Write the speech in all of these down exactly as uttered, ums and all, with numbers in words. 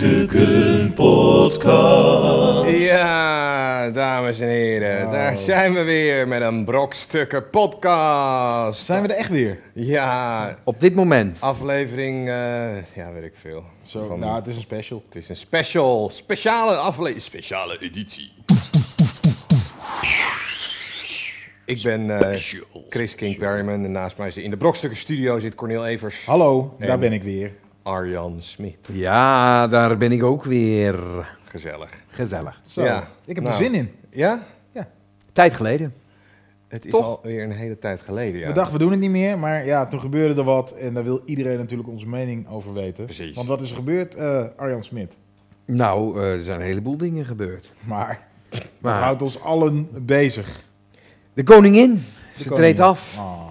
Brokstukken Podcast. Ja, dames en heren, Oh. daar zijn we weer met een Brokstukken Podcast. Zijn we er echt weer? Ja, Op dit moment. aflevering, eh, ja, weet ik veel. Zo, Van- nou, het is een special. Het is een special, speciale aflevering, speciale editie. Ik ben eh, Chris King Perryman en naast mij zit in de Brokstukken Studio zit Cornel Evers, Hallo, En- daar ben ik weer. Arjan Smit. Ja, daar ben ik ook weer. Gezellig. Gezellig. Zo, Ja, ik heb nou. er zin in. Ja? Tijd geleden. Het is Toch? alweer een hele tijd geleden, ja. We dachten, we doen het niet meer, maar ja, toen gebeurde er wat en daar wil iedereen natuurlijk onze mening over weten. Precies. Want wat is er gebeurd? Eh, Arjan Smit. Nou, eh, er zijn een heleboel dingen gebeurd. Maar dat Maar houdt ons allen bezig. de koningin, ze koningin. treedt af. Ah.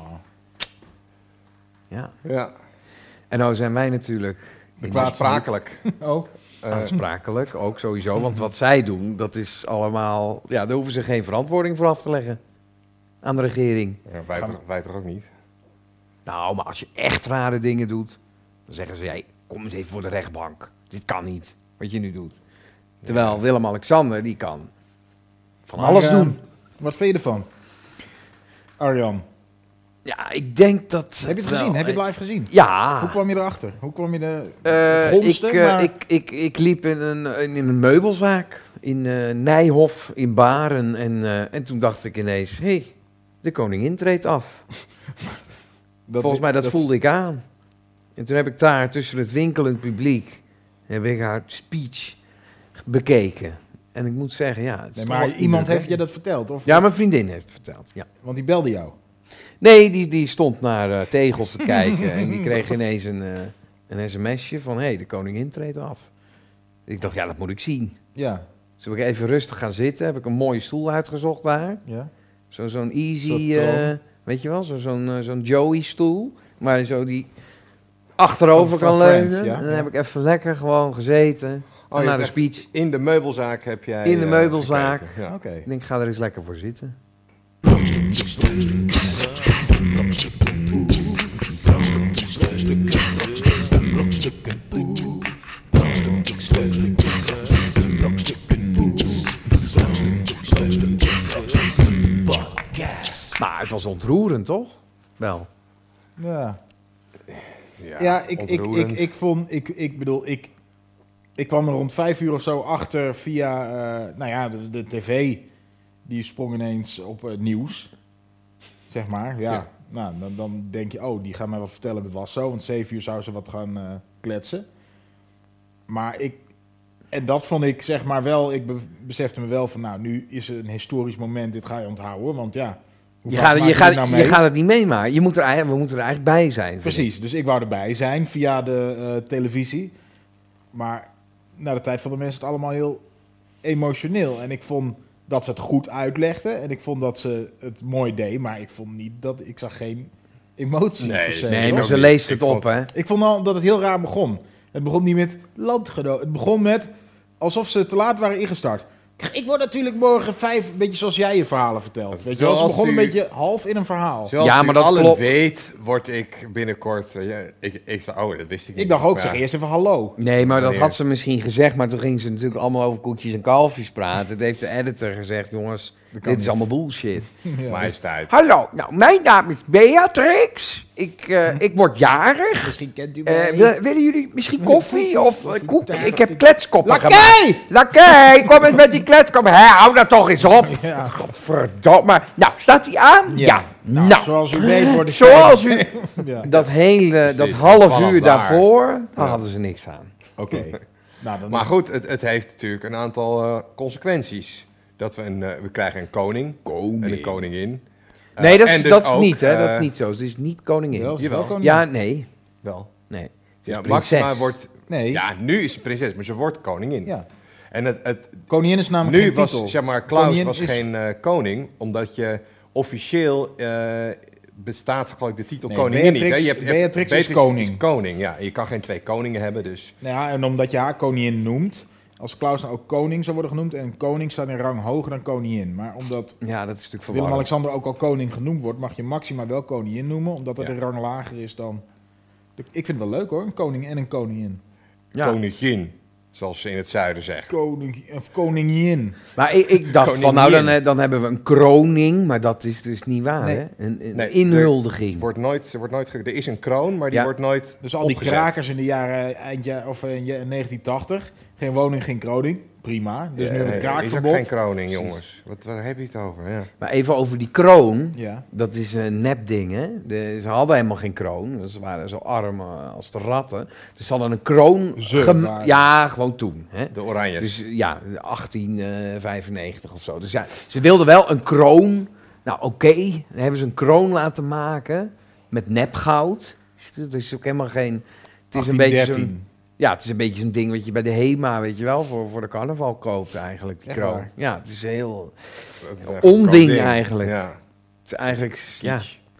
Ja. Ja, En nou zijn wij natuurlijk aansprakelijk. Oh, Eh, aansprakelijk, ook sowieso. Want wat zij doen, dat is allemaal... Ja, daar hoeven ze geen verantwoording voor af te leggen. Aan de regering. ja, wij, Gaan toch, wij toch ook niet? Nou, maar als je echt rare dingen doet, dan zeggen ze... Hey, kom eens even voor de rechtbank. Dit kan niet, wat je nu doet. Terwijl Willem-Alexander, die kan van maar, alles eh, doen. Wat vind je ervan? Arjan, Ja, ik denk dat... heb je het wel- gezien? Heb je het live gezien? Ja. Hoe kwam je erachter? Hoe kwam je de... Eh, het gonste, ik, eh, maar- ik, ik, ik liep in een, in een meubelzaak in eh, Nijhof in Baren. En, eh, en toen dacht ik ineens, hé, hey, de koningin treedt af. dat- Volgens mij, dat, voelde ik aan. En toen heb ik daar tussen het winkelend publiek, heb ik haar speech bekeken. En ik moet zeggen, ja... Het is Nee, toch maar wel iemand heeft je indrukwekkend. dat verteld? Of, Ja, of- mijn vriendin heeft het verteld, ja. Want die belde jou. Nee, die, die stond naar eh, tegels te kijken en die kreeg ineens een, eh een sms'je van... hé, hey, de koningin treedt af. Ik dacht, ja, dat moet ik zien. Ja. Zullen we even rustig gaan zitten? Heb ik een mooie stoel uitgezocht daar. Ja. Zo, zo'n easy, Soort troon. eh, weet je wel, zo, zo'n, eh, zo'n Joey-stoel. Maar zo die achterover Van- kan van leunen. Friends, ja. En dan Ja. heb ik even lekker gewoon gezeten. Oh, en je naar de hebt speech. In de meubelzaak heb jij... In de eh, meubelzaak. gekeken, ja. Oké. Ik denk, ik ga er eens lekker voor zitten. Maar het was ontroerend, toch? Wel. Ja. Ja, Ja, ik, ik, ik, ontroerend. ik vond, ik, ik bedoel, ik, ik kwam er rond vijf uur of zo achter via, eh, nou ja, de, de tv, die sprong ineens op het nieuws, zeg maar. Ja, Ja. nou, dan, dan denk je, oh, die gaan mij wat vertellen, dat was zo, want zeven uur zou ze wat gaan eh, kletsen. Maar ik, en dat vond ik, zeg maar wel, ik be- besefte me wel van, nou, nu is er een historisch moment, dit ga je onthouden, want ja, hoe Je vaak gaat, maak je, dit gaat, nou je mee? gaat het niet meemaken. Je moet er, eigenlijk- we moeten er eigenlijk bij zijn. vind ik. Precies, dus ik wou erbij zijn via de eh, televisie. Maar na de tijd vonden mensen het allemaal heel emotioneel. En ik vond dat ze het goed uitlegden. En ik vond dat ze het mooi deed. Maar ik vond niet dat... Ik zag geen emotie Nee, per se. Nee, hoor. maar ook ze niet. leest Ik het op, vond- hè? Ik vond al dat het heel raar begon. Het begon niet met landgenoot. Het begon met alsof ze te laat waren ingestart. Ik word natuurlijk morgen vijf, een beetje zoals jij je verhalen vertelt. Weet je wel, ze Zoals begon een u- beetje half in een verhaal. Zoals Ja, u maar dat allen klopt. weet, word ik binnenkort... eh, ja, ik, ik zei, oh, dat wist ik niet. Ik dacht ook, Maar zeg ja, eerst even hallo. Nee, maar dat Wanneer? had ze misschien gezegd, maar toen ging ze natuurlijk allemaal over koetjes en kalfjes praten. Het heeft de editor gezegd, jongens, dit kan is niet. allemaal bullshit. Ja. Majesteit. Hallo, nou, mijn naam is Beatrix. Ik, eh, ik word jarig. Misschien kent u Eh, mij. wil- willen jullie misschien koffie of eh, koek? Ja, Ik heb kletskoppen gemaakt. Lakij! Lakij, kom eens met die kletskoppen. Hé, hou dat toch eens op. Ja. Godverdomme. Nou, staat die aan? Ja. Nou, Nou, zoals u weet worden zoals u... Ja. Dat hele, dat Precies, half vanaf uur daar. daarvoor, daar Ja. hadden ze niks aan. Oké. Nou, dan Maar is- goed, het, het heeft natuurlijk een aantal eh, consequenties. Dat we een... eh, we krijgen een koning. Koning. En een koningin. Eh, Nee, dat en is, dus dat is ook, niet, hè. Dat eh, is niet zo. Het is niet koningin. Wel, ze is Jawel. wel koningin. Ja, nee. Wel. Nee. Het is Ja, prinses. Maxima wordt... Nee. Ja, nu is ze prinses, maar ze wordt koningin. Ja. En het, het, Koningin is namelijk nu geen was, titel. zeg maar, Klaus Koningin was is- geen eh, koning, omdat je officieel eh, bestaat, geloof ik, de titel Nee, koningin Beatrix- niet. Hè? Je hebt, Beatrix is koning. Is koning, ja. Je kan geen twee koningen hebben, dus... Nou ja, en omdat je haar koningin noemt, als Klaus nou ook koning zou worden genoemd, en koning staat in rang hoger dan koningin. Maar omdat Ja, dat is natuurlijk verwarrend. Willem-Alexander ook al koning genoemd wordt, mag je Maxima wel koningin noemen, omdat dat Ja. een rang lager is dan... Ik vind het wel leuk hoor, een koning en een koningin. Ja. Koningin. Zoals ze in het zuiden zeggen. Koning, of koningin. Maar ik, ik dacht Koningin. van, nou dan, eh, dan hebben we een kroning, maar dat is dus niet waar, Nee. hè? Een, een Nee, inhuldiging. Er, wordt nooit, er, wordt nooit ge- er is een kroon, maar die Ja. wordt nooit Dus al die opgezet. krakers in de jaren eind ja- of in ja- negentien tachtig. Geen woning, geen kroning. Prima. Dus nu Ja, hebben we het er is ook kraakverbod. geen kroning, jongens. Wat, wat heb je het over? Ja. Maar even over die kroon, Ja. dat is een nepding, hè? De, ze hadden helemaal geen kroon, dus ze waren zo arm eh, als de ratten. Dus ze hadden een kroon... Ze gem- waren- Ja, gewoon toen, hè? De Oranjes. Dus ja, achttien vijfennegentig of zo. Dus ja, ze wilden wel een kroon. Nou, oké, dan hebben ze een kroon laten maken met nepgoud. Dat is ook helemaal geen... Het is een beetje zo'n... Ja, het is een beetje zo'n ding wat je bij de HEMA, weet je wel, voor, voor de carnaval koopt eigenlijk, die Echt kroon. waar? Ja, het is heel... Dat is echt onding een ding. eigenlijk. Ja. Het is eigenlijk... Ja.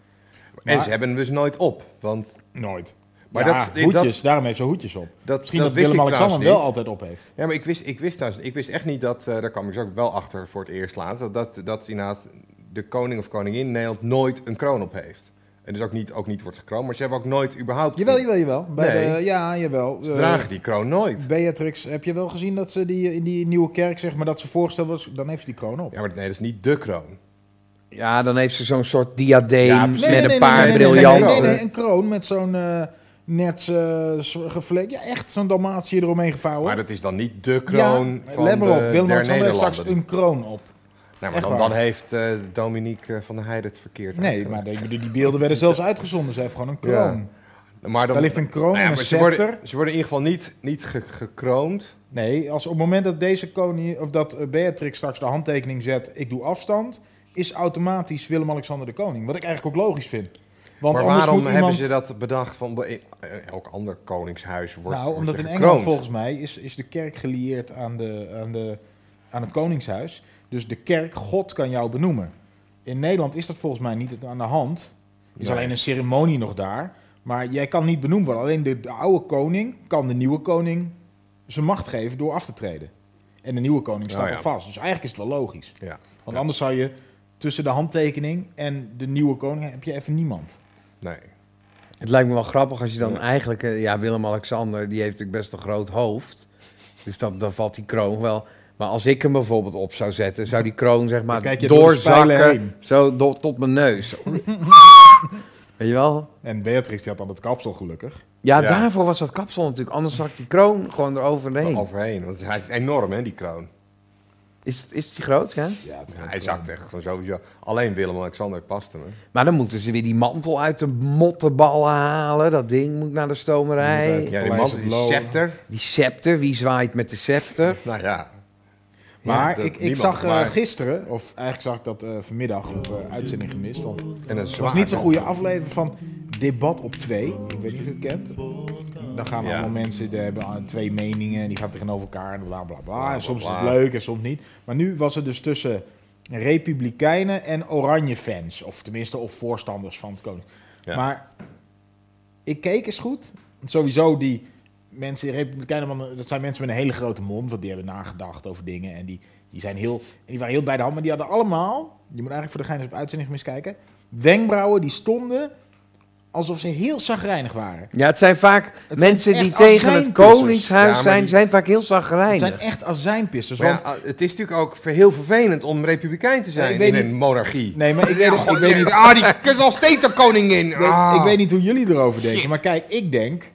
En Maar- ze hebben hem dus nooit op. Want Nooit. Maar Maar dat- dat, dat- hoedjes, daarom heeft ze hoedjes op. dat, Misschien dat dat, wist ik Willem-Alexander trouwens wel niet. altijd op heeft. Ja, maar ik wist, ik wist, trouwens, ik wist echt niet dat, uh, daar kwam ik dus ook wel achter voor het eerst laatst, dat, dat, dat inderdaad de koning of koningin in Nederland nooit een kroon op heeft. En dus ook niet, ook niet wordt gekroond, maar ze hebben ook nooit überhaupt... Jawel, jawel, jawel. Bij Nee. de, ja, jawel. Ze Eh, dragen die kroon nooit. Beatrix, heb je wel gezien dat ze die in die nieuwe kerk, zeg maar, dat ze voorgesteld was, dan heeft ze die kroon op. Ja, maar nee, dat is niet de kroon. ja, dan heeft ze zo'n soort diadeem Ja, met precies. een paar nee, briljanten. Nee, nee, nee, een kroon met zo'n uh, net uh, gevlekt, ja, echt zo'n dalmatie eromheen gevouwen. Maar dat is dan niet de kroon ja, van let maar de, op, der Willem-Alexander heeft straks Nederlanden. een kroon op. Nou, maar echt dan, waar. dan heeft uh, Dominique uh, van der Heijden het verkeerd Nee, uitgelegd. maar die, die beelden werden zelfs uitgezonden. Ze heeft gewoon een kroon. Maar dan, Daar ligt een kroon nou ja, en een maar ze worden, scepter. ze worden in ieder geval niet, niet ge- gekroond. Nee, als op het moment dat deze koning, of dat uh, Beatrix straks de handtekening zet, ik doe afstand, is automatisch Willem-Alexander de koning. Wat ik eigenlijk ook logisch vind. Want Maar anders waarom moet hebben iemand... ze dat bedacht van bij elk ander koningshuis wordt Nou, wordt omdat er in gekroond? Engeland volgens mij is, is de kerk gelieerd aan, de, aan, de, aan het koningshuis. Dus de kerk, God kan jou benoemen. In Nederland is dat volgens mij niet aan de hand. Er is Nee. alleen een ceremonie nog daar. Maar jij kan niet benoemd worden. Alleen de, de oude koning kan de nieuwe koning zijn macht geven door af te treden. En de nieuwe koning staat Oh ja. al vast. Dus eigenlijk is het wel logisch. Ja. Want Ja. anders zou je tussen de handtekening en de nieuwe koning heb je even niemand. Nee. Het lijkt me wel grappig als je dan Ja. eigenlijk... eh, Ja, Willem-Alexander, die heeft natuurlijk best een groot hoofd. Dus dan, dan valt die kroon wel... Maar als ik hem bijvoorbeeld op zou zetten, zou die kroon zeg Dan maar kijk je door de spijlen doorzakken, heen. zo do- tot mijn neus. Zo. Weet je wel? En Beatrix die had dan het kapsel gelukkig. Ja, Ja. daarvoor was dat kapsel natuurlijk. Anders zak die kroon gewoon eroverheen. Overheen. Want hij is enorm, hè, die kroon. Is, is die groot, ja? Ja, het is Ja, wel hij een zakt echt gewoon sowieso. Alleen Willem-Alexander paste hem. Maar dan moeten ze weer die mantel uit de mottenballen halen. Dat ding moet naar de stomerij. Die moet uit- Ja, die Paleis man, op die Loon. scepter. Die scepter, wie zwaait met de scepter? Nou ja. Maar Ja, dat- ik, ik niemand, zag eh, maar- gisteren, of eigenlijk zag ik dat eh, vanmiddag op eh, uitzending gemist. Want En een het was zwaard. niet zo'n goede aflevering van Debat op twee. Ik weet niet of je het kent. Dan gaan Ja. allemaal mensen, die hebben eh, twee meningen en die gaan tegenover elkaar en bla bla bla. En soms is bla. het leuk en soms niet. Maar nu was het dus tussen Republikeinen en Oranje fans. Of tenminste, of voorstanders van het koning. Ja. Maar ik keek eens goed. Sowieso die mensen, die Republikeinen, man, dat zijn mensen met een hele grote mond. Want die hebben nagedacht over dingen. En die, die, zijn heel, en die waren heel bij de hand. Maar die hadden allemaal, je moet eigenlijk voor de gein op uitzending gemist kijken. Wenkbrauwen die stonden alsof ze heel zagrijnig waren. Ja, het zijn vaak Het mensen zijn die echt tegen het azijnpissers. koningshuis Ja, maar zijn, die- zijn vaak heel Het zagrijnig. zijn echt azijnpissers. Maar Want, ja, het is natuurlijk ook heel vervelend om republikein te Ja, zijn ik weet in niet- een monarchie. nee, maar ik weet, ik weet niet... Ah, die is nog steeds de koningin. Ik, Ah. ik weet niet hoe jullie erover denken, Shit. maar kijk, ik denk...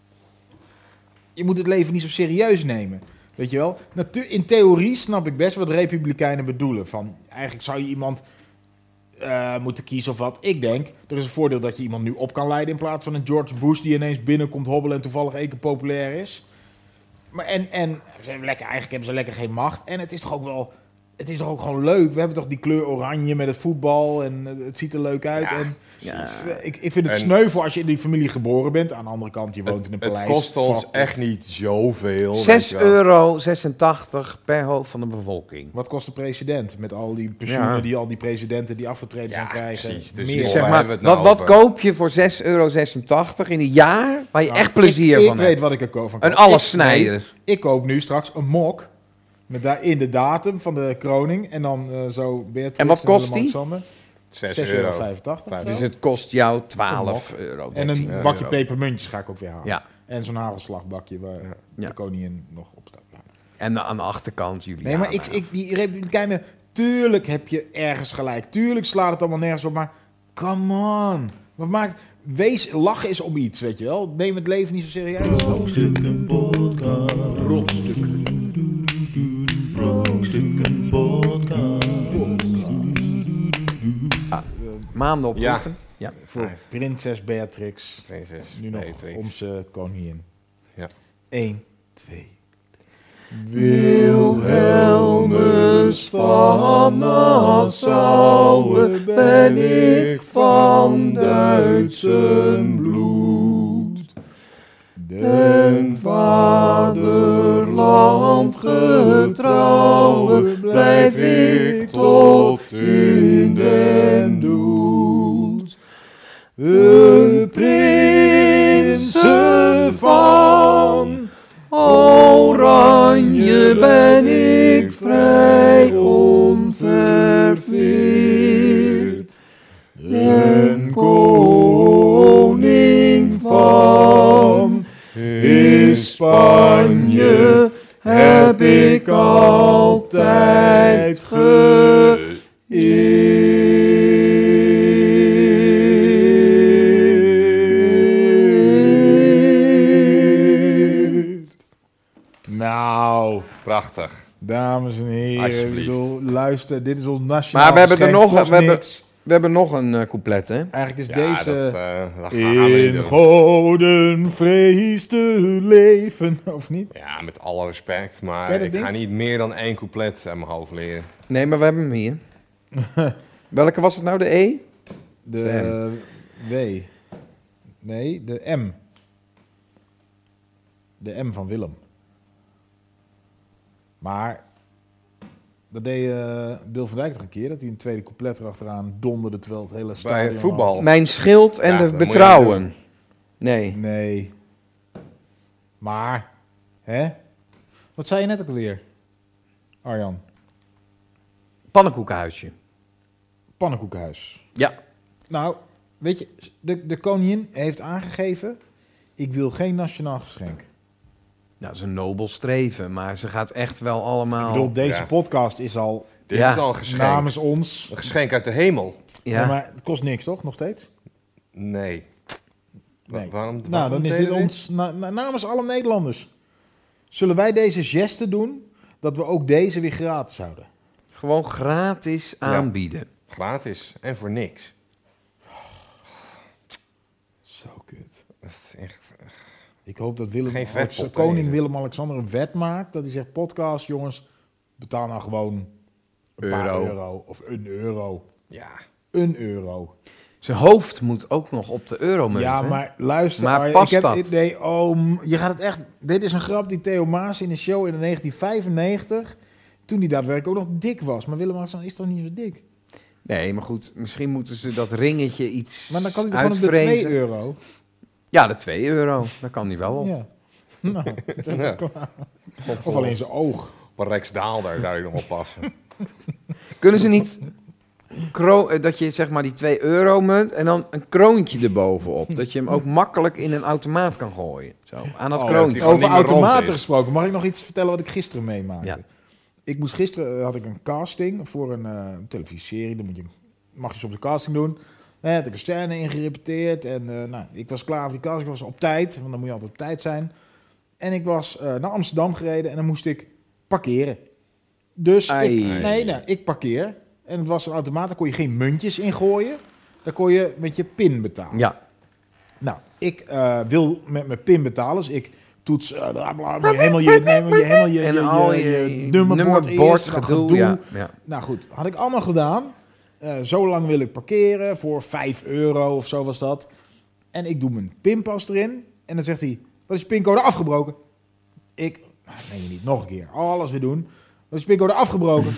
Je moet het leven niet zo serieus nemen. Weet je wel? Natu- in theorie snap ik best wat republikeinen bedoelen. Van, eigenlijk zou je iemand eh, moeten kiezen of wat. Ik denk, er is een voordeel dat je iemand nu op kan leiden... in plaats van een George Bush die ineens binnenkomt hobbelen... en toevallig één keer populair is. Maar en, en ze hebben lekker, eigenlijk hebben ze lekker geen macht. En het is toch ook wel... Het is toch ook gewoon leuk. We hebben toch die kleur oranje met het voetbal... en eh, het ziet er leuk uit. Ja. En Ja. ik, ik vind het En- sneu voor als je in die familie geboren bent. Aan de andere kant, je woont in een Het paleis. kost ons Fuck. echt niet zoveel. weet zes je wel. euro zesentachtig per hoofd van de bevolking. Wat kost de president met al die pensioenen Ja. die al die presidenten die afgetreden Ja, zijn krijgen? precies. Dus Meer. die- Zeg waar maar, hebben we het wat, nou wat over? koop je voor zes euro zesentachtig in een jaar waar je Nou, echt plezier ik, van ik hebt? weet wat ik er koop van Een koop. Ik- allessnijder. nee, ik koop nu straks een mok met daarin de datum van de kroning en dan eh, zo Beatrix En wat kost die? Willem-Alexander. zes zes euro vijfentachtig. Vijf. of zo. Dus het kost jou twaalf Een euro. En een dertien bakje euro. pepermuntjes ga ik ook weer halen. Ja. En zo'n hagelslagbakje waar Ja. de Ja. koningin nog op staat. Nou. En aan de achterkant jullie. Nee, maar ik, ik, die Republikeinen, tuurlijk heb je ergens gelijk. Tuurlijk slaat het allemaal nergens op, maar come on. Wat maakt... Wees, lachen is om iets, weet je wel. Neem het leven niet zo serieus. Brokstukken Podcast. Brokstukken. Brokstukken Podcast. Maanden op Ja. ochtend. Ja. Voor Vijf. prinses Beatrix. Prinses Nu nog Beatrix. onze koningin. Ja. Eén, twee. Wilhelmus van Nassau, ben ik van Duitsen bloed. Den vaderland getrouwe, blijf ik tot in den dood. De prinsen van Oranje ben ik vrij onverveerd. Den koning van Spanje heb ik altijd geëerd. Nou, Prachtig. dames en heren, ik Alsjeblieft. bedoel, luister, dit is ons nationaal Maar we hebben er geschenk, nog- kost we hebben- niks. We hebben nog een uh, couplet, hè? Eigenlijk is Ja, deze... dat, eh, dat gaan we niet in doen. goden vrees te leven, of niet? Ja, met alle respect, maar Ken je dat ik ga niet? niet meer dan één couplet aan mijn hoofd leren. Nee, maar we hebben hem hier. Welke was het nou, de E? De De W. Nee, de M. De M van Willem. Maar dat deed uh, Bill van Dijk toch een keer, dat hij een tweede couplet erachteraan donderde terwijl het hele stadion... Bij het voetbal. Mijn schild en Ja, de dat moet je betrouwen. Nee. Nee. Maar, hè? Wat zei je net ook alweer, Arjan? Pannenkoekenhuisje. Pannenkoekenhuis. Ja. Nou, weet je, de, de koningin heeft aangegeven, ik wil geen nationaal geschenk. Nou, dat is een nobel streven, maar ze gaat echt wel Ik allemaal... bedoel, deze ja. podcast is al Dit Ja. is al een geschenk. namens ons. Een geschenk uit de hemel. Ja. Ja, maar het kost niks, toch? Nog steeds? Nee. Wa- Nee. Waarom, Nou, waarom dan is deden dit we ons na- na- namens alle Nederlanders. Zullen wij deze geste doen, dat we ook deze weer gratis houden? Gewoon gratis aanbieden. Gratis en voor niks. Zo kut. Dat is echt... Ik hoop dat Willem, Geen Alex- vetpot, koning hè? Willem-Alexander een wet maakt. Dat hij zegt, podcast jongens, betaal nou gewoon een paar Euro. euro. Of een euro. Ja. Een euro. Zijn hoofd moet ook nog op de euromunt. Ja, hè? maar luister. Maar Arjen, past ik heb, dat? ik- Nee, oh, m- je gaat het echt... Dit is een grap die Theo Maas in een show in negentien vijfennegentig... Toen hij daadwerkelijk ook nog dik was. Maar Willem-Alexander is toch niet zo dik? Nee, maar goed, misschien moeten ze dat ringetje iets Maar dan kan hij toch gewoon op de uitvrezen. twee euro. Ja, de twee euro. Daar kan hij wel op. Ja. Nou, dat is Ja. klaar. Of alleen zijn oog. Op een Rijksdaalder zou je nog wel passen. Kunnen ze niet kro- eh, dat je zeg maar die twee euro munt en dan een kroontje erbovenop. Dat je hem ook makkelijk in een automaat kan gooien. Zo, aan dat Oh, kroontje. die gewoon Over niet meer rond automaten is. gesproken. Mag ik nog iets vertellen wat ik gisteren meemaakte? Ja. Ik moest gisteren, eh, had ik een casting voor een eh televisieserie. Dan moet je, mag je soms een casting doen. Eh, had ik een scène ingerepeteerd. En eh, nou, ik was klaar voor die casting. Ik was op tijd, want dan moet je altijd op tijd zijn. En ik was eh, naar Amsterdam gereden en dan moest ik parkeren. Dus Ai. ik, nee, nee, ik parkeer. En het was een automaat, daar kon je geen muntjes in gooien. Daar kon je met je pin betalen. Ja. Nou, ik eh, wil met mijn pin betalen, dus ik toets uh, bla bla, moet je helemaal je, nee, moet je, helemaal je, En je, al je, je, je nummerbord, eerst, dat gedoe. Ja. Ja. Nou goed, had ik allemaal gedaan. Uh, zo lang wil ik parkeren voor vijf euro of zo was dat. En ik doe mijn pinpas erin en dan zegt hij, wat is de pincode afgebroken? Ik, nou, nee je niet, nog een keer, alles weer doen. Wat is de pincode afgebroken?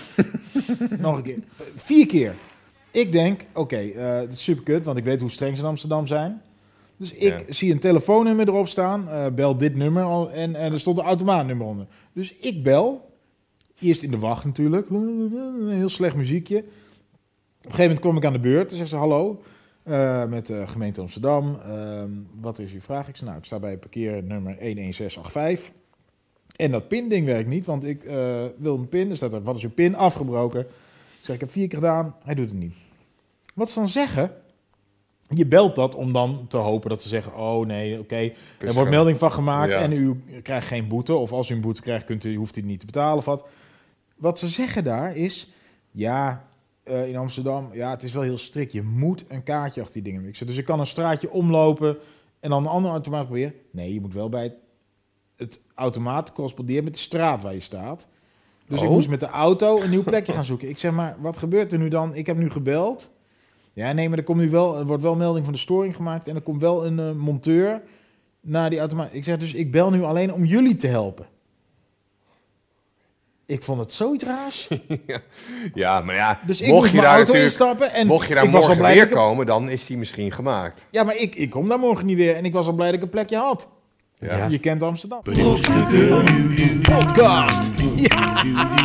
Nog een keer, vier keer. Ik denk, oké, okay, uh, dat is super kut, want ik weet hoe streng ze in Amsterdam zijn. Dus ik Ja. zie een telefoonnummer erop staan. Uh, bel dit nummer. al- En, en er stond een automaatnummer onder. Dus ik bel. Eerst in de wacht natuurlijk. Een heel slecht muziekje. Op een gegeven moment kom ik aan de beurt. Dan zegt ze, hallo. Uh, met de gemeente Amsterdam. Uh, wat is uw vraag? Ik zei, nou, ik sta bij parkeer nummer een een zes acht vijf. En dat pinding werkt niet, want ik uh, wil een pin. Er staat er, wat is uw pin? Afgebroken. Ik zeg, ik heb vier keer gedaan. Hij doet het niet. Wat ze dan zeggen... Je belt dat om dan te hopen dat ze zeggen... oh nee, oké, okay, er wordt melding van gemaakt... Ja. En u krijgt geen boete. Of als u een boete krijgt, kunt u, hoeft u het niet te betalen of wat. Wat ze zeggen daar is... ja, uh, in Amsterdam... ja, het is wel heel strikt. Je moet een kaartje achter die dingen mixen. Dus ik kan een straatje omlopen... en dan een andere automaat proberen. Nee, je moet wel bij het, het automaat corresponderen... met de straat waar je staat. Dus oh. ik moest met de auto een nieuw plekje gaan zoeken. Ik zeg maar, wat gebeurt er nu dan? Ik heb nu gebeld... Ja, nee, maar er, komt nu wel, er wordt wel melding van de storing gemaakt... en er komt wel een uh, monteur naar die automaat. Ik zeg dus, ik bel nu alleen om jullie te helpen. Ik vond het zoiets raars. Ja, maar ja... Dus ik mocht mijn auto instappen en... Mocht je daar ik morgen was al blij weer ik... komen, dan is die misschien gemaakt. Ja, maar ik, ik kom daar morgen niet weer... en ik was al blij dat ik een plekje had. Ja. Je kent Amsterdam. Brokstukken podcast. Ja.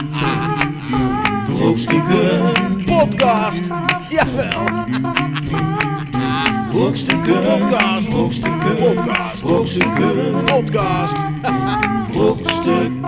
Brokstukken podcast. Jawel. Brokstukken podcast. Brokstukken podcast. Brokstukken podcast. Brokstukken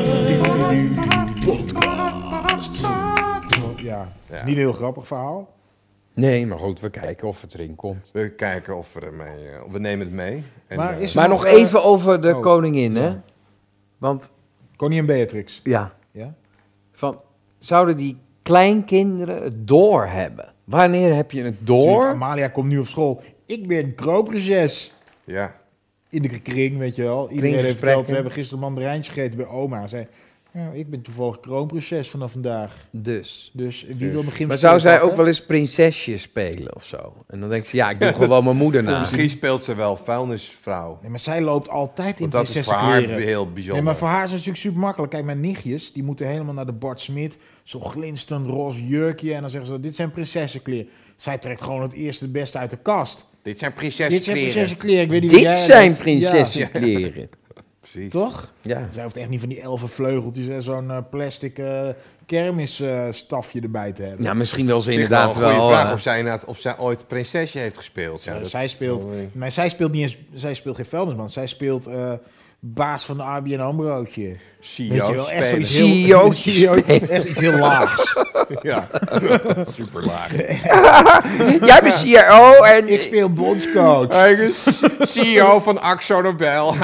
podcast. Ja, ja. Niet een heel grappig verhaal. Nee, maar goed, we kijken of het erin komt. We kijken of we ermee... Uh, we nemen het mee. En, maar uh, maar nog uh, even over de oh, koningin, hè? Ja. Want... Koningin Beatrix. Ja. Ja. Van, zouden die kleinkinderen het doorhebben? Wanneer heb je het door? Tuurlijk, Amalia komt nu op school. Ik ben kroonprinses. Ja. In de kring, weet je wel. Iedereen heeft verteld, we hebben gisteren mandarijntjes gegeten bij oma. Zei, nou, ik ben toevallig kroonprinses vanaf vandaag. Dus. Dus wie dus. wil begin? Maar zou zij pakken? Ook wel eens prinsesje spelen of zo? En dan denkt ze, ja, ik doe gewoon mijn moeder na. Misschien speelt ze wel vuilnisvrouw. Nee, maar zij loopt altijd in prinsessenkleren. Dat is voor haar heel bijzonder. Nee, maar voor haar is het natuurlijk super makkelijk. Kijk, mijn nichtjes, die moeten helemaal naar de Bart Smit. Zo'n glinsterend roze jurkje. En dan zeggen ze, dit zijn prinsessenkleren. Zij trekt gewoon het eerste het beste uit de kast. Dit zijn prinsessenkleren. Dit zijn prinsessenkleren. Ik weet niet dit jij zijn dat... prinsessenkleren. Ja. Precies. Toch? Ja. Zij hoeft echt niet van die elfenvleugeltjes en zo'n uh, plastic uh, kermisstafje uh, erbij te hebben. Ja, misschien wil ze Zeg inderdaad wel. Een wel... vraag uh, of, zij of zij ooit prinsesje heeft gespeeld. Ja, ja, zij speelt... Wel... Maar zij speelt niet eens... Zij speelt geen vuilnisman. Zij speelt uh, baas van de A B N AMRO'tje. C E O Weet je wel, echt zoiets C E O heel... Echt iets heel laags. Ja, super laag. Jij bent C E O en... Ik speel bondscoach. C E O van Axo Nobel.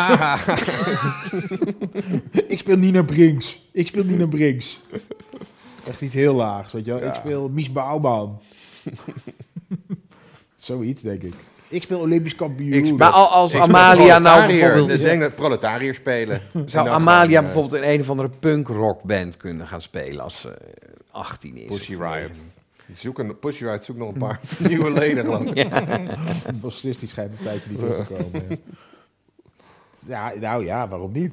Ik speel Nina Brinks. Ik speel Nina Brinks. Echt iets heel laags, weet je wel. Ja. Ik speel Mies Bouwman. Zoiets, denk ik. Ik speel Olympisch kampioen. Maar als ik Amalia nou bijvoorbeeld... Ik denk dat proletariërs spelen. Zou Amalia gaan, bijvoorbeeld in een of andere punk-rockband kunnen gaan spelen als ze achttien is? Pussy Riot. Zoeken, Pussy Riot zoekt nog een paar nieuwe leden, geloof ik. Ja. Bassist die schijnt een tijdje niet terug te komen. Ja, nou ja, waarom niet?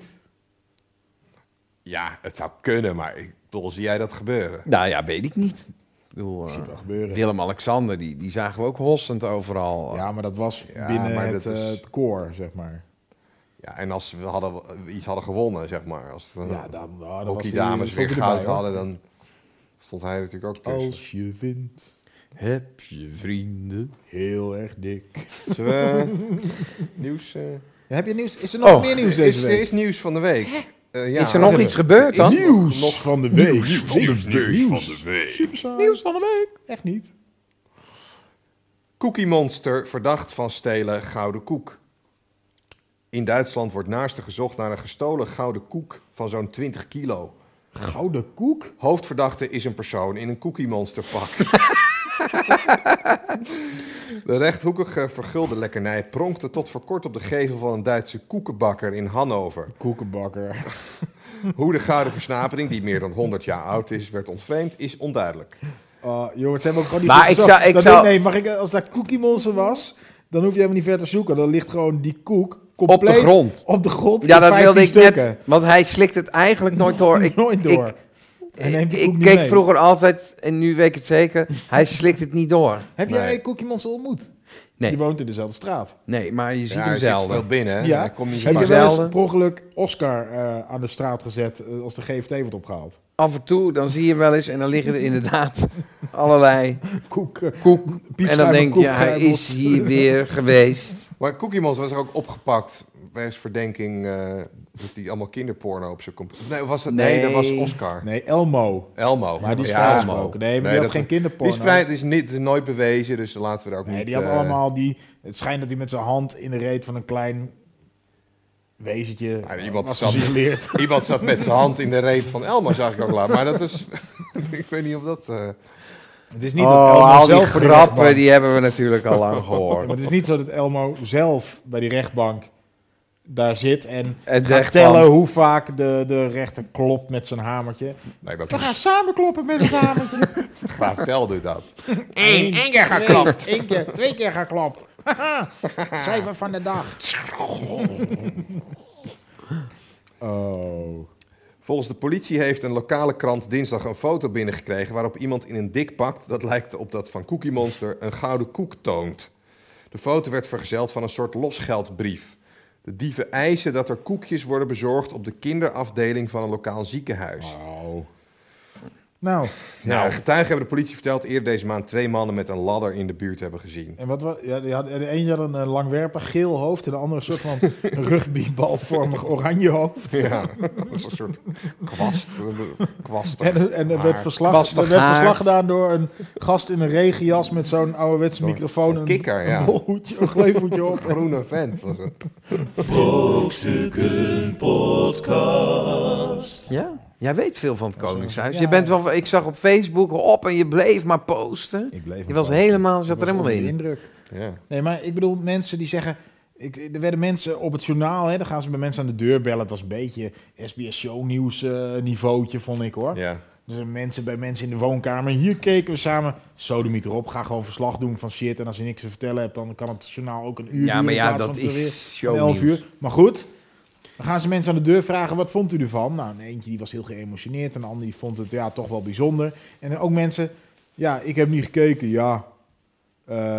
Ja, het zou kunnen, maar ik bedoel, zie jij dat gebeuren? Nou ja, weet ik niet. Ik bedoel, uh, Willem-Alexander, die, die zagen we ook hossend overal. Ja, maar dat was ja, binnen het, is... uh, het koor, zeg maar. Ja, en als we hadden, iets hadden gewonnen, zeg maar. Als het, ja, dan, nou, dan ook was die die dames weer goud erbij, hadden, dan stond hij natuurlijk ook tussen. Als je vindt... Heb je vrienden? Heel erg dik. Zullen we nieuws... Uh... Ja, heb je nieuws? Is er nog oh, meer nieuws deze is, week? Er is nieuws van de week. Uh, ja, is er nog iets gebeurd dan? Nieuws nog van de week. Nieuws van de, nieuws nieuws. Van de week. Super saai. Nieuws van de week. Echt niet. Cookie Monster verdacht van stelen gouden koek. In Duitsland wordt naarstig gezocht naar een gestolen gouden koek van zo'n twintig kilo. Gouden koek? Hoofdverdachte is een persoon in een Cookie Monster pak. De rechthoekige vergulde lekkernij pronkte tot voor kort op de gevel van een Duitse koekenbakker in Hannover. Koekenbakker. Hoe de gouden versnapering, die meer dan honderd jaar oud is, werd ontvreemd, is onduidelijk. Uh, jongens, hebben ook gewoon niet maar ik zou, ik dat zou... Nee, mag ik, als dat Cookie Monster was, dan hoef je helemaal niet ver te zoeken. Dan ligt gewoon die koek compleet op de grond. Op de grond. Ja, dat wilde ik stukken. net, want hij slikt het eigenlijk nooit door. Ik, nooit door. Ik, Hij neemt ik niet keek mee. vroeger altijd, en nu weet ik het zeker, hij slikt het niet door. Heb nee. jij Cookie Monster ontmoet? Nee. Die woont in dezelfde straat. Nee, maar je ziet Ja, hem hij zit zelden. veel binnen, hè? Ja. Hij komt niet zo Heb je vaak. wel eens Zelden. per ongeluk Oscar uh, aan de straat gezet uh, als de G F T wordt opgehaald? Af en toe, dan zie je hem wel eens en dan liggen er inderdaad allerlei Koek, uh, koek. En dan piepschuim denk je, hij koekruimels. is hier weer geweest. Maar Cookie Monster was er ook opgepakt. Wegens verdenking uh, dat hij allemaal kinderporno op zijn computer... Nee, was het? Nee, Nee. dat was Oscar. Nee, Elmo. Elmo. Maar die is Ja, vrijgesproken. Nee, maar Nee, die had dat- geen kinderporno. Die is vrij, die is, niet, is nooit bewezen, dus laten we er ook Nee, niet... die had uh, allemaal die... Het schijnt dat hij met zijn hand in de reet van een klein wezentje Ja, iemand was zat- gesimuleerd. Iemand zat met zijn hand in de reet van Elmo, zag ik ook laat. Maar dat is... ik weet niet of dat... Uh, Het is niet dat Oh, Elmo al die zelf voor die grappen, rechtbank... die hebben we natuurlijk al lang Maar gehoord. het is niet zo dat Elmo zelf bij die rechtbank daar zit en En gaat zegt tellen van- hoe vaak de, de rechter klopt met zijn hamertje. nee, dat We gaan is... samen kloppen met het hamertje. Graaf Tel doet dat. Eén, één keer geklopt. Eén keer, twee keer geklopt. Haha, cijfer van de dag. Oh. Volgens de politie heeft een lokale krant dinsdag een foto binnengekregen... waarop iemand in een dik pak, dat lijkt op dat van Cookie Monster, een gouden koek toont. De foto werd vergezeld van een soort losgeldbrief. De dieven eisen dat er koekjes worden bezorgd op de kinderafdeling van een lokaal ziekenhuis. Oh. Nou, Nou, getuigen hebben de politie verteld eerder deze maand twee mannen met een ladder in de buurt hebben gezien. en wat was... Ja, die had, de een had een eh, langwerpig geel hoofd en de andere een soort van rugbybalvormig oranje hoofd. Ja, dat is een soort kwast. kwast En, en er werd, verslag, Kwastig er werd haar. verslag gedaan door een gast in een regenjas met zo'n ouderwetse Zo'n- microfoon. een kikker, ja. Een bolhoedje, een gleufhoedje op. Groene vent was het. Brokstukken Podcast. Ja, jij weet veel van het Koningshuis. Ja. Je bent wel, ik zag op Facebook op en je bleef maar posten. Ik bleef Je was helemaal, zat er helemaal in. Indruk. Ja. Nee, maar ik bedoel, mensen die zeggen... Ik, er werden mensen op het journaal, hè, dan gaan ze bij mensen aan de deur bellen. Het was een beetje S B S Shownieuws uh, niveautje, vond ik hoor. Ja. Dus er mensen bij mensen in de woonkamer. Hier keken we samen. Sodemiet erop. Ga gewoon verslag doen van shit. En als je niks te vertellen hebt, dan kan het journaal ook een uur Ja, duren maar in ja, plaats dat van te weer- is van elf shownieuws. uur. Maar goed, dan gaan ze mensen aan de deur vragen, wat vond u ervan? Nou, een eentje die was heel geëmotioneerd. En de ander die vond het ja, toch wel bijzonder. En dan ook mensen, ja, ik heb niet gekeken. Ja, Eh,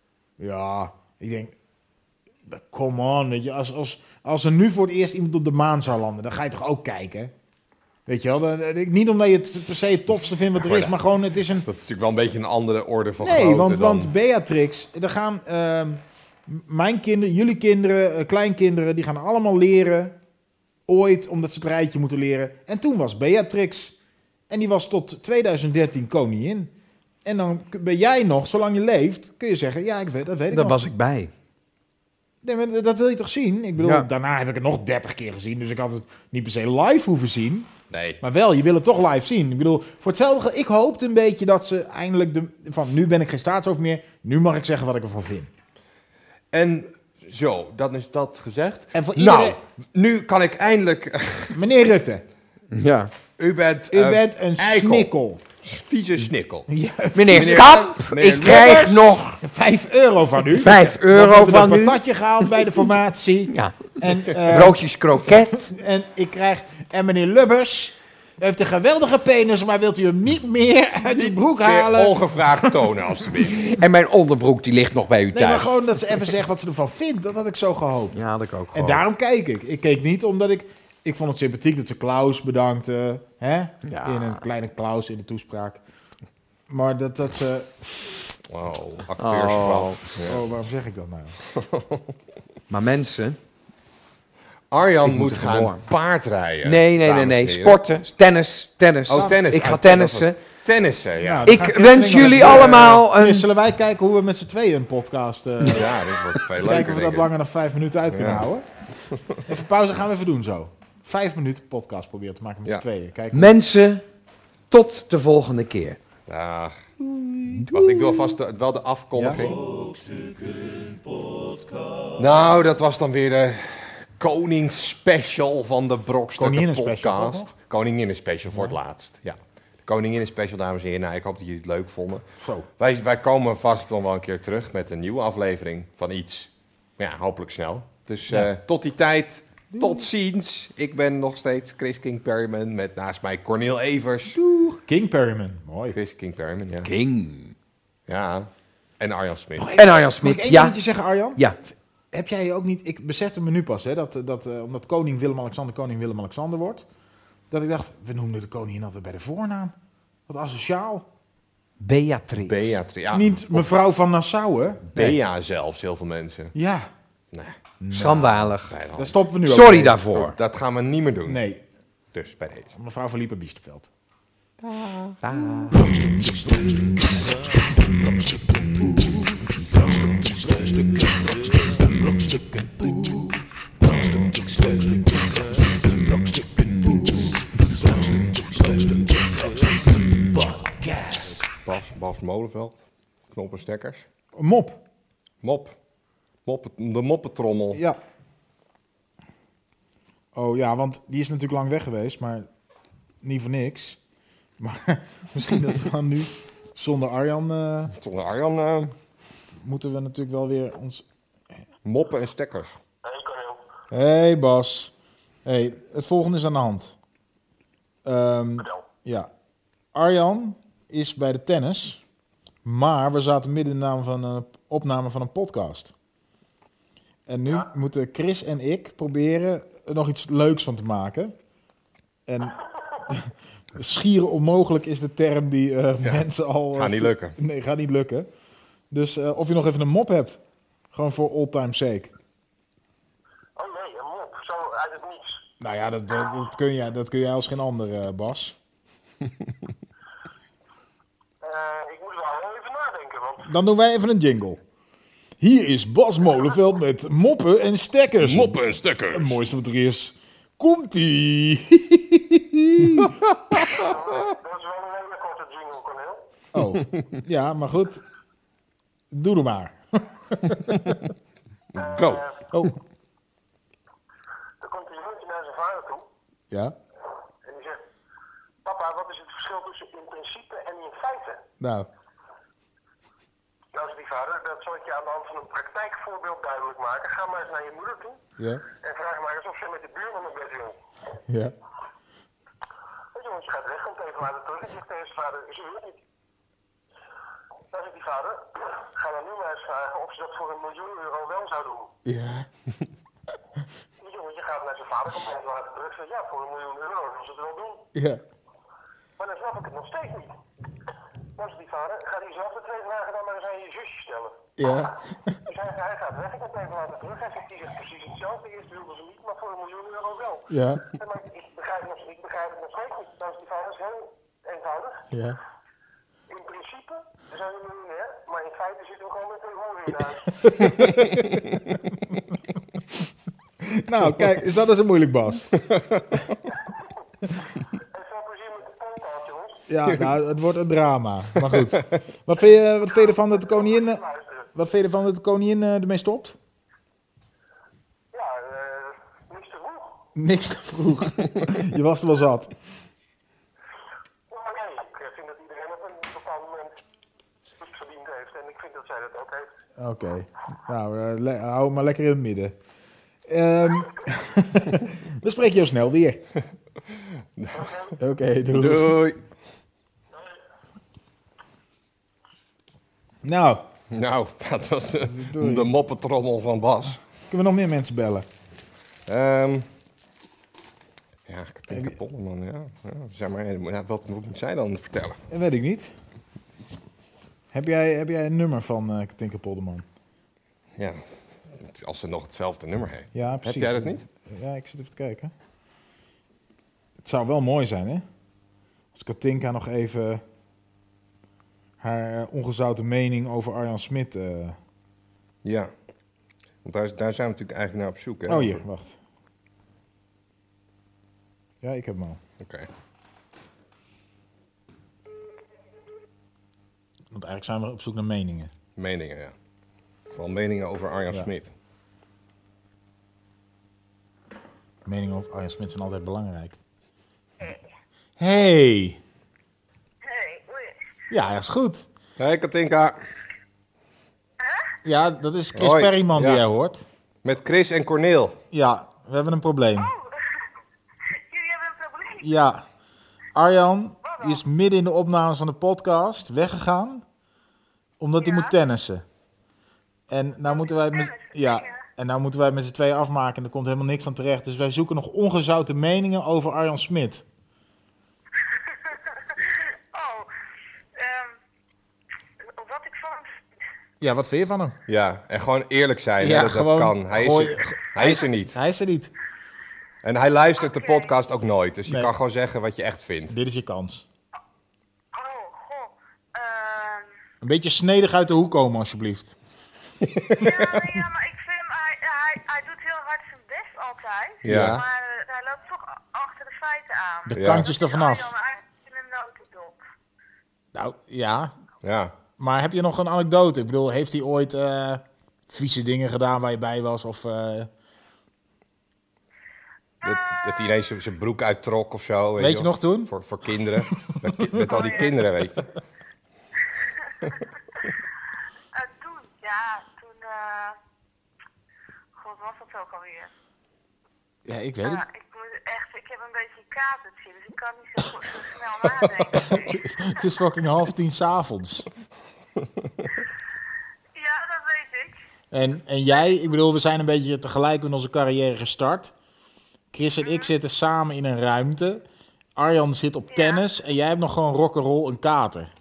ja, ik denk, come on. Weet je, als, als, als er nu voor het eerst iemand op de maan zou landen, dan ga je toch ook kijken? Weet je wel, dan- dan- niet omdat je het per se het tofste vindt wat er is, maar gewoon het is een... Dat is natuurlijk wel een beetje een andere orde van Nee, grootte want, dan... want Beatrix, er gaan ehm, mijn kinderen, jullie kinderen, eh, kleinkinderen, die gaan allemaal leren, ooit, omdat ze het rijtje moeten leren. En toen was Beatrix, en die was tot twintig dertien koningin. En dan ben jij nog, zolang je leeft, kun je zeggen, ja, ik weet, dat weet ik Daar nog. was ik bij. Nee, maar dat wil je toch zien? Ik bedoel, Ja. daarna heb ik het nog dertig keer gezien, dus ik had het niet per se live hoeven zien. Nee. Maar wel, je wil het toch live zien. Ik bedoel, voor hetzelfde, ge- ik hoopte een beetje dat ze eindelijk de, van nu ben ik geen staatshoofd meer, nu mag ik zeggen wat ik ervan vind. En zo, dan is dat gezegd. En voor Nou, iedereen, nu kan ik eindelijk... meneer Rutte, Ja. U bent, u eh, bent een eikel. snikkel. vieze snikkel. Ja, Meneer, Meneer- Kamp, meneer ik krijg Lubbers. nog vijf euro van u. vijf We euro hebben van een u. patatje gehaald bij de formatie. Ja, En, eh, broodjes kroket. en ik krijg... En meneer Lubbers heeft een geweldige penis, maar wilt u hem niet meer uit uw broek Weer halen? ongevraagd tonen, alstublieft. En mijn onderbroek, die ligt nog bij u Nee, maar thuis. gewoon dat ze even zegt wat ze ervan vindt. Dat had ik zo gehoopt. Ja, dat ik ook En gewoon. daarom keek ik. Ik keek niet omdat ik... Ik vond het sympathiek dat ze Klaus bedankte. Hè? Ja. In een kleine Klaus in de toespraak. Maar dat, dat ze... Wow, acteursvrouw. Oh. Ja. Oh, waarom zeg ik dat nou? Maar mensen... Arjan Ik moet moet er gaan gewoon. paardrijden. Nee, nee, nee, dames nee. en heren. Sporten, tennis, tennis. Oh, tennis. Ik ga Oh, tennissen. dat was- Tennissen, ja. Nou, dan Ik gaan wens Christeling jullie nog eens, eh, allemaal een- Chris, zullen wij kijken hoe we met z'n tweeën een podcast... eh Ja, dit wordt veel leuker, kijken of we denk dat ik. langer dan vijf minuten uit kunnen Ja. houden. Even pauze, gaan we even doen zo. Vijf minuten podcast proberen te maken met Ja. z'n tweeën. Kijken hoe- Mensen, tot de volgende keer. Dag. Wacht, ik doe alvast de- wel de afkondiging. Nou, dat was dan weer de koningsspecial van de Brokstukken Koninginnenspecial, toch podcast. nog? Koninginnenspecial voor het laatst, ja. De Koninginnenspecial, dames en heren. Nou, ik hoop dat jullie het leuk vonden. Zo. Wij, wij komen vast dan wel een keer terug met een nieuwe aflevering van iets. Ja, hopelijk snel. Dus Ja. eh, tot die tijd, tot ziens. Ik ben nog steeds Chris King Perryman met naast mij Cornel Evers. King Perryman. Mooi. Chris King Perryman, ja. King. Ja. En Arjan Smit. En Arjan Mag ik Smit, één ja. dingetje zeggen, Arjan? Ja. Heb jij je ook niet... Ik besefte me nu pas, hè, dat, dat uh, omdat koning Willem-Alexander koning Willem-Alexander wordt, dat ik dacht, we noemden de koningin altijd bij de voornaam. Wat asociaal. Beatrix. Beatrix. Ja, Niet mevrouw van Nassau, hè? Bea zelfs, heel veel mensen. Ja, Nee, Schandalig. bij de hand. daar stoppen we nu ook Sorry mee. daarvoor. Dat gaan we niet meer doen. Nee, Dus bij deze. mevrouw van Liepen-Biesterveld. Ah. Bas, Bas Molenveld. Knoppenstekkers. Een mop. Mop. Mop. De moppetrommel. Ja. Oh ja, want die is natuurlijk lang weg geweest, maar niet voor niks. Maar misschien dat we dan nu zonder Arjan uh, Zonder Arjan uh, moeten we natuurlijk wel weer ons... moppen en stekkers. Hey Bas. Hey, het volgende is aan de hand. Um, ja. Arjan is bij de tennis, maar we zaten midden in de naam van een opname van een podcast. En nu ja. moeten Chris en ik proberen er nog iets leuks van te maken. En schier onmogelijk is de term die uh, ja. mensen al... Gaat niet lukken. Nee, gaat niet lukken. Dus uh, of je nog even een mop hebt. Gewoon voor all time sake. Oh nee, een mop. Zo uit het niets. Nou ja, dat, dat, dat, kun, jij, dat kun jij als geen ander, uh, Bas. uh, ik moet er wel even nadenken, want... Dan doen wij even een jingle. Hier is Bas Molenveld met moppen en stekkers. Moppen en stekkers. Het mooiste wat er is. Komt-ie. Dat is wel een hele korte jingle, Cornel. Oh, ja, maar goed. Doe er maar. Go. Oh. Er komt een jongetje naar zijn vader toe Ja, en die zegt... Papa, wat is het verschil tussen in principe en in feite? nou. Nou, zegt die vader, dat zal ik je aan de hand van een praktijkvoorbeeld duidelijk maken. Ga maar eens naar je moeder toe Ja, en vraag maar eens of ze met de buurman een bed wil. ja. Het jongetje gaat weg, komt even later terug en zegt tegen zijn vader, ze wil niet. Dan zegt die vader, ga dan nu maar eens vragen of ze dat voor een miljoen euro wel zou doen. Ja. Het jongetje gaat naar zijn vader, komt even later terug en zegt, ja, voor een miljoen euro wil ze het wel doen. Ja. Maar dan snap ik het nog steeds niet. Dan zegt die vader, ga diezelfde twee vragen dan maar eens aan je zusje stellen. Ja. Dus hij, hij gaat weg, ik kom even later terug. Hij zegt, die zegt precies hetzelfde. Eerst wilde ze niet, maar voor een miljoen euro wel. Ja. En maar ik begrijp, nog, ik begrijp het nog steeds niet. Dan zegt die vader, is heel eenvoudig. Ja. In principe zijn we miljonair, maar in feite zitten we gewoon met een horen in huis. Nou, kijk, is dat eens een moeilijk, Bas? En veel plezier met de podcast, jongens. Ja, nou, het wordt een drama. Maar goed. Wat vind je, wat vind je ervan dat de koningin... eh, Luisteren. Wat vind je ervan dat de koningin uh, ermee stopt? Ja, uh, niks te vroeg. Niks te vroeg. Je was er wel zat. Maar nee, ik vind dat iedereen op een bepaald moment iets verdiend heeft. En ik vind dat zij dat ook heeft. Oké. Okay. Nou, uh, le- hou hem maar lekker in het midden. Um, we spreken jou snel weer. Oké, okay, doei. Doei. Nou, Nou, dat was uh, Doei. de moppetrommel van Bas. kunnen we nog meer mensen bellen? Um, ja, Katinka Polderman, ja. ja. Zeg maar, ja, wat moet zij dan vertellen? Dat weet ik niet. Heb jij, heb jij een nummer van uh, Katinka Polderman? Ja, als ze nog hetzelfde nummer heeft. Ja, precies. Heb jij dat niet? Ja, ik zit even te kijken. Het zou wel mooi zijn, hè? Als Katinka nog even haar uh, ongezouten mening over Arjan Smit... Uh... Ja. Want daar, daar zijn we natuurlijk eigenlijk naar op zoek. Hè? Oh, hier, wacht. Ja, ik heb hem al. Oké. Okay. Want eigenlijk zijn we op zoek naar meningen. Meningen, ja. Vooral meningen over Arjan Ja. Smit. Meningen over Arjan Smit zijn altijd belangrijk. Hey! Hey, hoe is het? Ja, dat is goed. Hey Katinka. Ja, dat is Chris Hoi. Perryman die Ja. jij hoort. Met Chris en Corneel. Ja, we hebben een probleem. Oh, jullie hebben een probleem. Ja, Arjan is midden in de opnames van de podcast weggegaan. Omdat hij Ja. moet tennissen. En nou moeten wij het met, tennissen, ja, ja. en nou moeten wij het met z'n tweeën afmaken en er komt helemaal niks van terecht. Dus wij zoeken nog ongezouten meningen over Arjan Smit. Oh, ehm, wat ik van hem vind. Ja, wat vind je van hem? Ja, en gewoon eerlijk zijn, Ja, hè, dat gewoon dat kan. Hij is, gooi- er, hij is er niet. Hij is er niet. En hij luistert de Oké. podcast ook nooit. Dus je Nee. kan gewoon zeggen wat je echt vindt. Dit is je kans. Oh, goh. Ehm Een beetje snedig uit de hoek komen, alsjeblieft. ja, nee, ja, maar ik vind hem, hij, hij, hij doet heel hard zijn best altijd. Ja. Maar eh, hij loopt toch a- achter de feiten aan. De Ja. kantjes ervan af. Arjan eigenlijk in een notendop. Nou, ja. Ja. Maar heb je nog een anekdote? Ik bedoel, heeft hij ooit eh, vieze dingen gedaan waar je bij was? Of, eh, Dat, dat hij ineens zijn- zijn broek uittrok of zo. Weet je wel. nog toen? Voor, voor kinderen. met, ki- met al die kinderen, weet je. Eh, toen, ja, toen... eh God, wat was dat ook alweer? ja, ik weet Ja, het. ik moet echt... Ik heb een beetje een katertje, dus ik kan niet zo, zo snel nadenken. Het is fucking half tien 's avonds. Ja, dat weet ik. En, en jij, ik bedoel, we zijn een beetje tegelijk met onze carrière gestart. Chris en ik zitten samen in een ruimte. Arjan zit op Ja. tennis en jij hebt nog gewoon rock'n'roll een kater.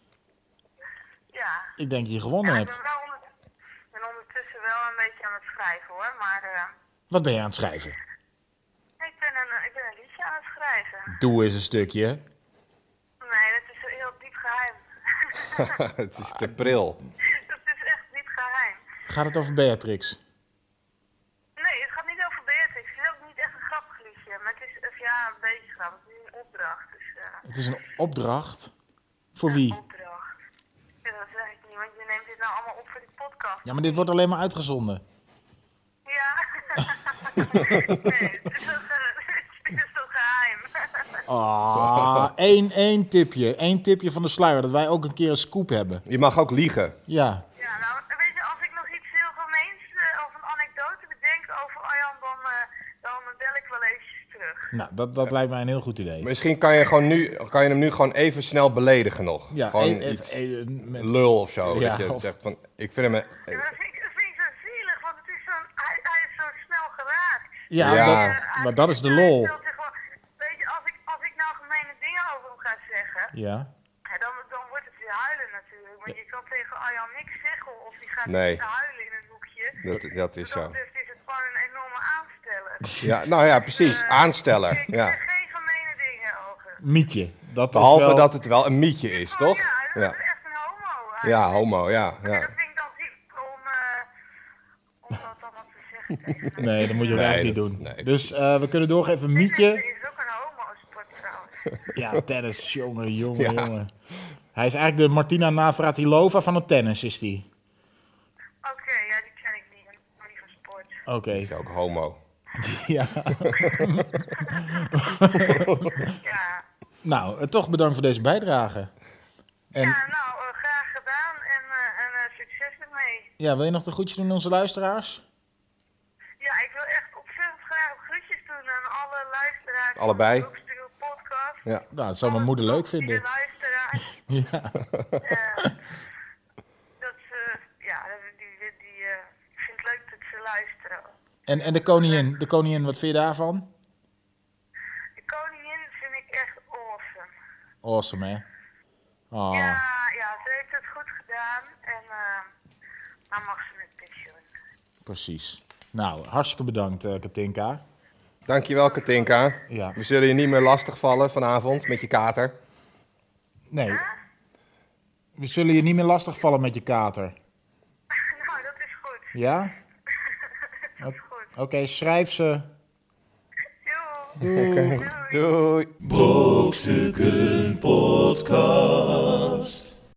Ja. Ik denk dat je gewonnen Ja, ik hebt. ben, wel onder, ben ondertussen wel een beetje aan het schrijven hoor, maar uh, Wat ben je aan het schrijven? ik, ben een, ik ben een liedje aan het schrijven. Doe eens een stukje. Nee, dat is heel diep geheim. Het is te pril. Dat is echt diep geheim. Gaat het over Beatrix? Nee, het gaat niet over Beatrix. Het is ook niet echt een grappig liedje, maar het is of ja, een beetje grappig. Het is een opdracht, dus uh, Het is een opdracht. Voor wie? opdracht. Ja, dat zeg ik niet, want je neemt dit nou allemaal op voor die podcast. Ja, maar dit wordt alleen maar uitgezonden. Ja. Nee, het is toch, uh, het is toch geheim. Ah, één, één tipje. Eén tipje van de sluier. Dat wij ook een keer een scoop hebben. Je mag ook liegen. Ja. Ja, nou, weet je, als ik nog iets heel gemeens uh, of een anekdote bedenk over Arjan, dan, uh, dan bel ik wel eventjes terug. Nou, dat, dat lijkt mij een heel goed idee. Misschien kan je, gewoon nu, kan je hem nu gewoon even snel beledigen nog. Ja, gewoon één- iets één- met- lul of zo. Ja, dat je of- zegt van, ik vind hem... Ja, maar dat vind, ik, dat vind ik zo zielig, want het is zo'n, hij, hij is zo snel geraakt. Ja, Ja. Dat, Uh, maar dat is de hij lol. stelt zich gewoon- weet je, als ik, als ik nou gemene dingen over hem ga zeggen, Ja. ja, dan, dan wordt het weer huilen natuurlijk. Want je kan tegen Arjan niks zeggen of die gaat Nee. zitten huilen in een hoekje. Dat, dat is Wat zo. dat betreft is het gewoon een enorme aansteller. Ja, nou ja, precies. Eh, Aansteller. Ik Ja. zeg geen gemene dingen over. Mietje. Dat is Behalve wel... dat het wel een mietje is, Oh, toch? Ja, dat Ja, is echt een homo. ja eigenlijk. homo, ja. En ja. dat vind ik dan ziek om, uh, om dat dan wat te zeggen tegen hem. Nee, dat moet je ook Nee, eigenlijk niet dat- doen. nee. Dus eh, we kunnen doorgeven. Dit Mietje. is ook een homo-sport trouwens. Ja, tennis. Jongen, jongen, Ja. jongen. Hij is eigenlijk de Martina Navratilova van het tennis, is die. Oké, ja, die ken ik niet. Ik ben niet van sport. Oké. Is ook homo. Ja. Ja, Nou, eh, toch bedankt voor deze bijdrage. En ja nou, uh, graag gedaan en, uh, en uh, succes ermee. ja, wil je nog de groetjes doen aan onze luisteraars? Ja, ik wil echt ontzettend graag groetjes doen aan alle luisteraars. Allebei. Van de Broekstuur podcast. Ja. Nou, dat zou mijn moeder leuk vinden. De luisteraars. Ja. Eh, dat ze, ja, die, die, die uh, ik vind het leuk dat ze luisteren. En, en de koningin, de koningin, wat vind je daarvan? De koningin vind ik echt awesome. Awesome, hè? Oh. Ja, ja, ze heeft het goed gedaan en uh, nou mag ze met pensioen. Precies. Nou, hartstikke bedankt, eh, Katinka. Dankjewel, Katinka. Ja. We zullen je niet meer lastigvallen vanavond met je kater. Nee. We zullen je niet meer lastigvallen met je kater. Nou, dat is goed. Ja? Dat is goed. Oké, schrijf ze. Joe. Doei. Brokstukken Podcast.